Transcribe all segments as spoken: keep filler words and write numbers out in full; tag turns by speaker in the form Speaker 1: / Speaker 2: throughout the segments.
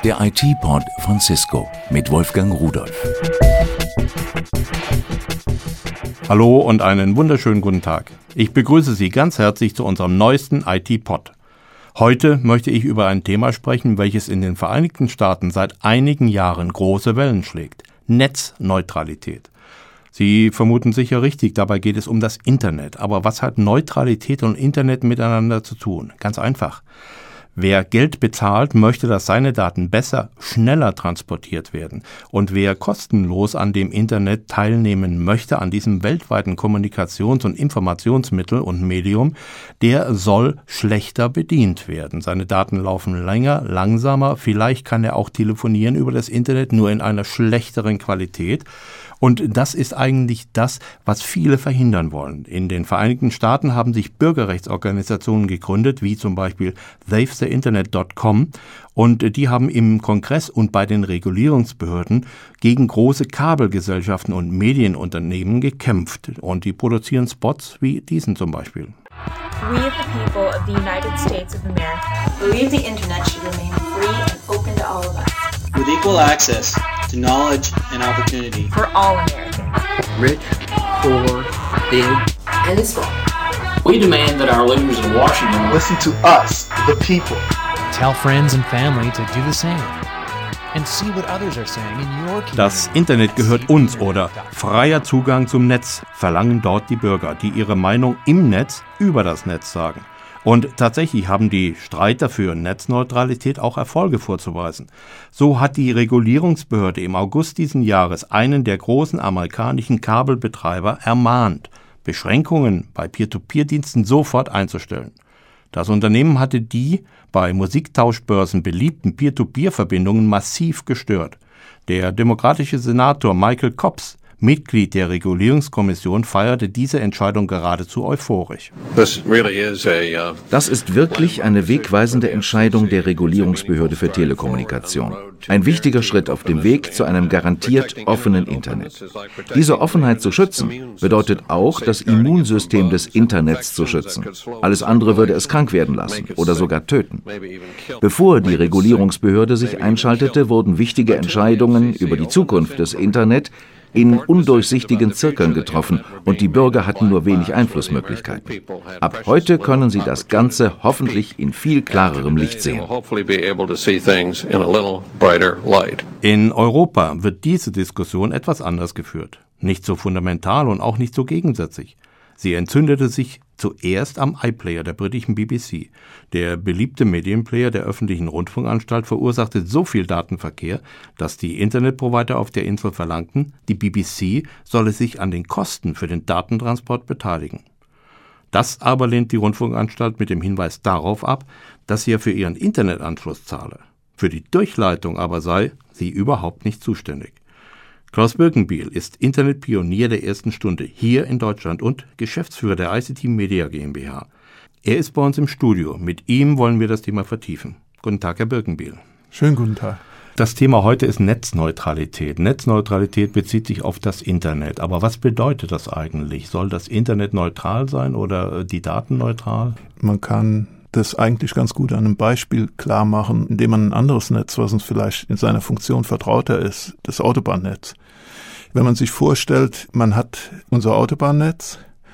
Speaker 1: Der I T-Pod von Cisco mit Wolfgang Rudolph.
Speaker 2: Hallo und einen wunderschönen guten Tag. Ich begrüße Sie ganz herzlich zu unserem neuesten I T-Pod. Heute möchte ich über ein Thema sprechen, welches in den Vereinigten Staaten seit einigen Jahren große Wellen schlägt: Netzneutralität. Sie vermuten sicher richtig, dabei geht es um das Internet. Aber was hat Neutralität und Internet miteinander zu tun? Ganz einfach. Wer Geld bezahlt, möchte, dass seine Daten besser, schneller transportiert werden. Und wer kostenlos an dem Internet teilnehmen möchte, an diesem weltweiten Kommunikations- und Informationsmittel und Medium, der soll schlechter bedient werden. Seine Daten laufen länger, langsamer, vielleicht kann er auch telefonieren über das Internet, nur in einer schlechteren Qualität. Und das ist eigentlich das, was viele verhindern wollen. In den Vereinigten Staaten haben sich Bürgerrechtsorganisationen gegründet, wie zum Beispiel save the internet dot com. Und die haben im Kongress und bei den Regulierungsbehörden gegen große Kabelgesellschaften und Medienunternehmen gekämpft. Und die produzieren Spots wie diesen zum Beispiel.
Speaker 3: We the people of the United States of America
Speaker 4: believe the internet should remain free and open to all of us.
Speaker 5: With equal access to knowledge and opportunity.
Speaker 3: For all Americans.
Speaker 6: Rich, poor, big,
Speaker 4: and small.
Speaker 7: We demand that our leaders in Washington
Speaker 8: listen to us, the people.
Speaker 9: Tell friends and family to do the same. And see what others are saying in your community.
Speaker 2: Das Internet gehört uns oder freier Zugang zum Netz verlangen dort die Bürger, die ihre Meinung im Netz über das Netz sagen. Und tatsächlich haben die Streiter für Netzneutralität auch Erfolge vorzuweisen. So hat die Regulierungsbehörde im August diesen Jahres einen der großen amerikanischen Kabelbetreiber ermahnt, Beschränkungen bei Peer-to-Peer-Diensten sofort einzustellen. Das Unternehmen hatte die bei Musiktauschbörsen beliebten Peer-to-Peer-Verbindungen massiv gestört. Der demokratische Senator Michael Cobbs, Mitglied der Regulierungskommission, feierte diese Entscheidung geradezu euphorisch.
Speaker 10: Das ist wirklich eine wegweisende Entscheidung der Regulierungsbehörde für Telekommunikation. Ein wichtiger Schritt auf dem Weg zu einem garantiert offenen Internet. Diese Offenheit zu schützen, bedeutet auch, das Immunsystem des Internets zu schützen. Alles andere würde es krank werden lassen oder sogar töten. Bevor die Regulierungsbehörde sich einschaltete, wurden wichtige Entscheidungen über die Zukunft des Internet in undurchsichtigen Zirkeln getroffen und die Bürger hatten nur wenig Einflussmöglichkeiten. Ab heute können sie das Ganze hoffentlich in viel klarerem Licht sehen.
Speaker 2: In Europa wird diese Diskussion etwas anders geführt. Nicht so fundamental und auch nicht so gegensätzlich. Sie entzündete sich zuerst am iPlayer der britischen B B C. Der beliebte Medienplayer der öffentlichen Rundfunkanstalt verursachte so viel Datenverkehr, dass die Internetprovider auf der Insel verlangten, die B B C solle sich an den Kosten für den Datentransport beteiligen. Das aber lehnt die Rundfunkanstalt mit dem Hinweis darauf ab, dass sie ja für ihren Internetanschluss zahle. Für die Durchleitung aber sei sie überhaupt nicht zuständig. Klaus Birkenbiel ist Internetpionier der ersten Stunde hier in Deutschland und Geschäftsführer der I C T Media GmbH. Er ist bei uns im Studio. Mit ihm wollen wir das Thema vertiefen. Guten Tag, Herr Birkenbiel.
Speaker 8: Schönen guten Tag.
Speaker 2: Das Thema heute ist Netzneutralität. Netzneutralität bezieht sich auf das Internet. Aber was bedeutet das eigentlich? Soll das Internet neutral sein oder die Daten neutral?
Speaker 8: Man kann das eigentlich ganz gut an einem Beispiel klar machen, indem man ein anderes Netz, was uns vielleicht in seiner Funktion vertrauter ist, das Autobahnnetz. Wenn man sich vorstellt, man hat unser Autobahnnetz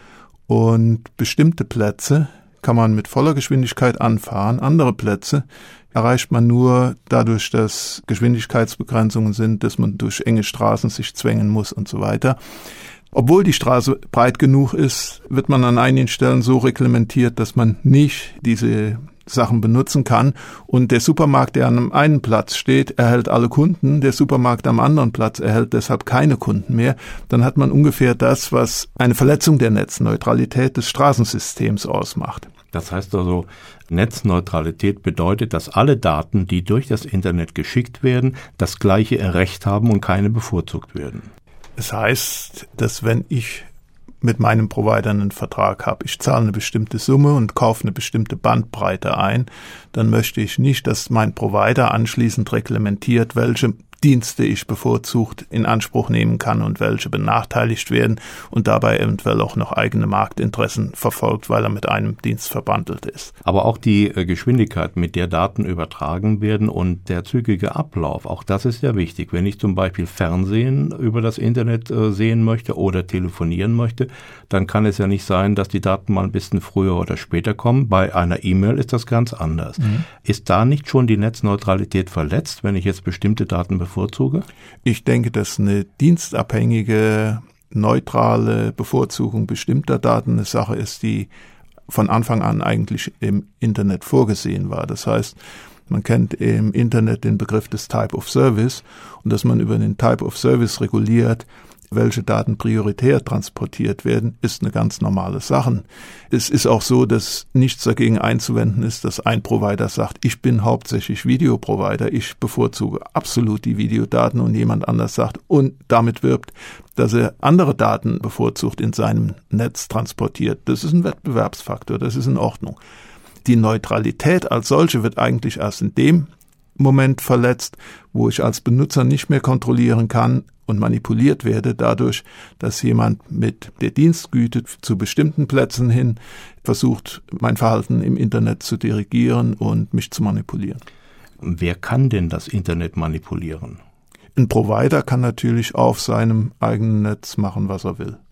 Speaker 8: und bestimmte Plätze kann man mit voller Geschwindigkeit anfahren, andere Plätze erreicht man nur dadurch, dass Geschwindigkeitsbegrenzungen sind, dass man durch enge Straßen sich zwängen muss und so weiter. Obwohl die Straße breit genug ist, wird man an einigen Stellen so reglementiert, dass man nicht diese Sachen benutzen kann. Und der Supermarkt, der an einem einen Platz steht, erhält alle Kunden. Der Supermarkt am anderen Platz erhält deshalb keine Kunden mehr. Dann hat man ungefähr das, was eine Verletzung der Netzneutralität des Straßensystems ausmacht.
Speaker 2: Das heißt also, Netzneutralität bedeutet, dass alle Daten, die durch das Internet geschickt werden, das gleiche Recht haben und keine bevorzugt werden.
Speaker 8: Es heißt, dass wenn ich mit meinem Provider einen Vertrag habe, ich zahle eine bestimmte Summe und kaufe eine bestimmte Bandbreite ein, dann möchte ich nicht, dass mein Provider anschließend reglementiert, welche Dienste ich bevorzugt in Anspruch nehmen kann und welche benachteiligt werden und dabei eventuell auch noch eigene Marktinteressen verfolgt, weil er mit einem Dienst verbandelt ist.
Speaker 2: Aber auch die äh, Geschwindigkeit, mit der Daten übertragen werden und der zügige Ablauf, auch das ist ja wichtig. Wenn ich zum Beispiel Fernsehen über das Internet äh, sehen möchte oder telefonieren möchte, dann kann es ja nicht sein, dass die Daten mal ein bisschen früher oder später kommen. Bei einer E-Mail ist das ganz anders. Mhm. Ist da nicht schon die Netzneutralität verletzt, wenn ich jetzt bestimmte Daten bevorzuge?
Speaker 8: Ich denke, dass eine dienstabhängige, neutrale Bevorzugung bestimmter Daten eine Sache ist, die von Anfang an eigentlich im Internet vorgesehen war. Das heißt, man kennt im Internet den Begriff des Type of Service und dass man über den Type of Service reguliert, welche Daten prioritär transportiert werden, ist eine ganz normale Sache. Es ist auch so, dass nichts dagegen einzuwenden ist, dass ein Provider sagt, ich bin hauptsächlich Videoprovider, ich bevorzuge absolut die Videodaten und jemand anders sagt und damit wirbt, dass er andere Daten bevorzugt in seinem Netz transportiert. Das ist ein Wettbewerbsfaktor, das ist in Ordnung. Die Neutralität als solche wird eigentlich erst in dem Moment verletzt, wo ich als Benutzer nicht mehr kontrollieren kann und manipuliert werde dadurch, dass jemand mit der Dienstgüte zu bestimmten Plätzen hin versucht, mein Verhalten im Internet zu dirigieren und mich zu manipulieren.
Speaker 2: Wer kann denn das Internet manipulieren?
Speaker 8: Ein Provider kann natürlich auf seinem eigenen Netz machen, was er will.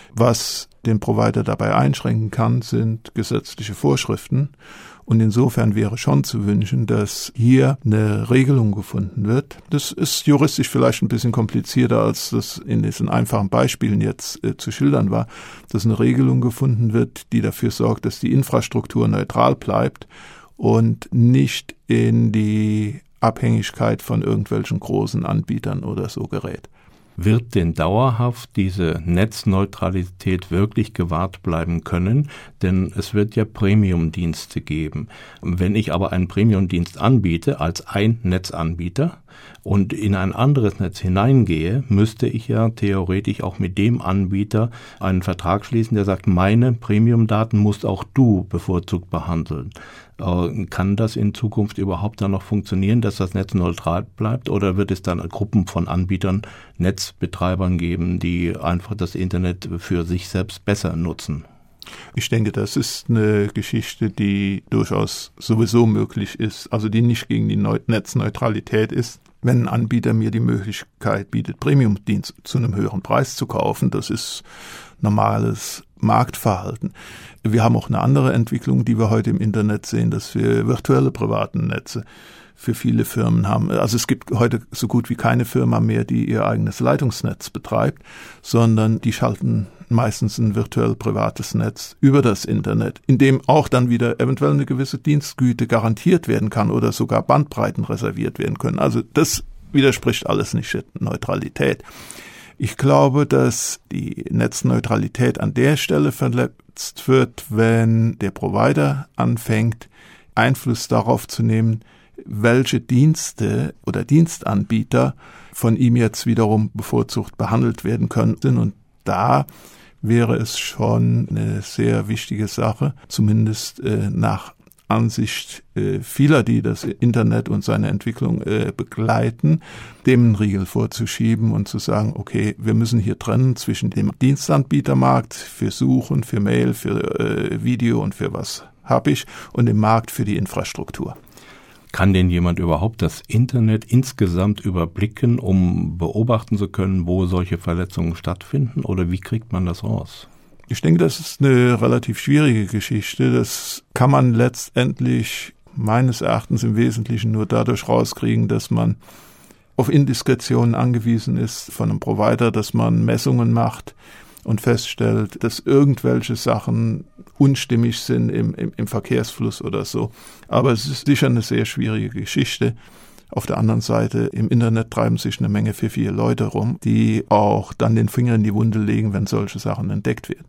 Speaker 8: Was den Provider dabei einschränken kann, sind gesetzliche Vorschriften. Und insofern wäre schon zu wünschen, dass hier eine Regelung gefunden wird. Das ist juristisch vielleicht ein bisschen komplizierter, als das in diesen einfachen Beispielen jetzt äh, zu schildern war, dass eine Regelung gefunden wird, die dafür sorgt, dass die Infrastruktur neutral bleibt und nicht in die Abhängigkeit von irgendwelchen großen Anbietern oder so gerät.
Speaker 2: Wird denn dauerhaft diese Netzneutralität wirklich gewahrt bleiben können? Denn es wird ja Premium-Dienste geben. Wenn ich aber einen Premium-Dienst anbiete als ein Netzanbieter und in ein anderes Netz hineingehe, müsste ich ja theoretisch auch mit dem Anbieter einen Vertrag schließen, der sagt, meine Premium-Daten musst auch du bevorzugt behandeln. Äh, kann das in Zukunft überhaupt dann noch funktionieren, dass das Netz neutral bleibt? Oder wird es dann Gruppen von Anbietern, Netzbetreibern geben, die einfach das Internet für sich selbst besser nutzen?
Speaker 8: Ich denke, das ist eine Geschichte, die durchaus sowieso möglich ist, also die nicht gegen die Neu- Netzneutralität ist. Wenn ein Anbieter mir die Möglichkeit bietet, Premium-Dienst zu einem höheren Preis zu kaufen, das ist normales Marktverhalten. Wir haben auch eine andere Entwicklung, die wir heute im Internet sehen, dass wir virtuelle privaten Netze für viele Firmen haben. Also es gibt heute so gut wie keine Firma mehr, die ihr eigenes Leitungsnetz betreibt, sondern die schalten meistens ein virtuell privates Netz über das Internet, in dem auch dann wieder eventuell eine gewisse Dienstgüte garantiert werden kann oder sogar Bandbreiten reserviert werden können. Also das widerspricht alles nicht der Neutralität. Ich glaube, dass die Netzneutralität an der Stelle verletzt wird, wenn der Provider anfängt, Einfluss darauf zu nehmen, welche Dienste oder Dienstanbieter von ihm jetzt wiederum bevorzugt behandelt werden können. Und da wäre es schon eine sehr wichtige Sache, zumindest äh, nach Ansicht äh, vieler, die das Internet und seine Entwicklung äh, begleiten, dem einen Riegel vorzuschieben und zu sagen, okay, wir müssen hier trennen zwischen dem Dienstanbietermarkt für Suchen, für Mail, für äh, Video und für was habe ich und dem Markt für die Infrastruktur.
Speaker 2: Kann denn jemand überhaupt das Internet insgesamt überblicken, um beobachten zu können, wo solche Verletzungen stattfinden? Oder wie kriegt man das raus?
Speaker 8: Ich denke, das ist eine relativ schwierige Geschichte. Das kann man letztendlich meines Erachtens im Wesentlichen nur dadurch rauskriegen, dass man auf Indiskretionen angewiesen ist von einem Provider, dass man Messungen macht und feststellt, dass irgendwelche Sachen unstimmig sind im, im, im Verkehrsfluss oder so. Aber es ist sicher eine sehr schwierige Geschichte. Auf der anderen Seite, im Internet treiben sich eine Menge pfiffige Leute rum, die auch dann den Finger in die Wunde legen, wenn solche Sachen entdeckt werden.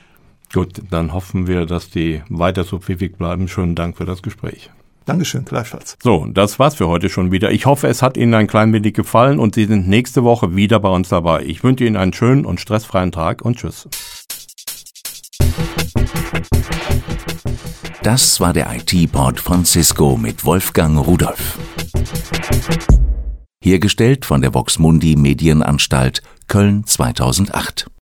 Speaker 2: Gut, dann hoffen wir, dass die weiter so pfiffig bleiben. Schönen Dank für das Gespräch.
Speaker 8: Dankeschön, gleichfalls.
Speaker 2: So, das war's für heute schon wieder. Ich hoffe, es hat Ihnen ein klein wenig gefallen und Sie sind nächste Woche wieder bei uns dabei. Ich wünsche Ihnen einen schönen und stressfreien Tag und tschüss.
Speaker 1: Das war der I T-Pod von Cisco mit Wolfgang Rudolph. Hergestellt von der Vox Mundi Medienanstalt Köln zweitausendacht.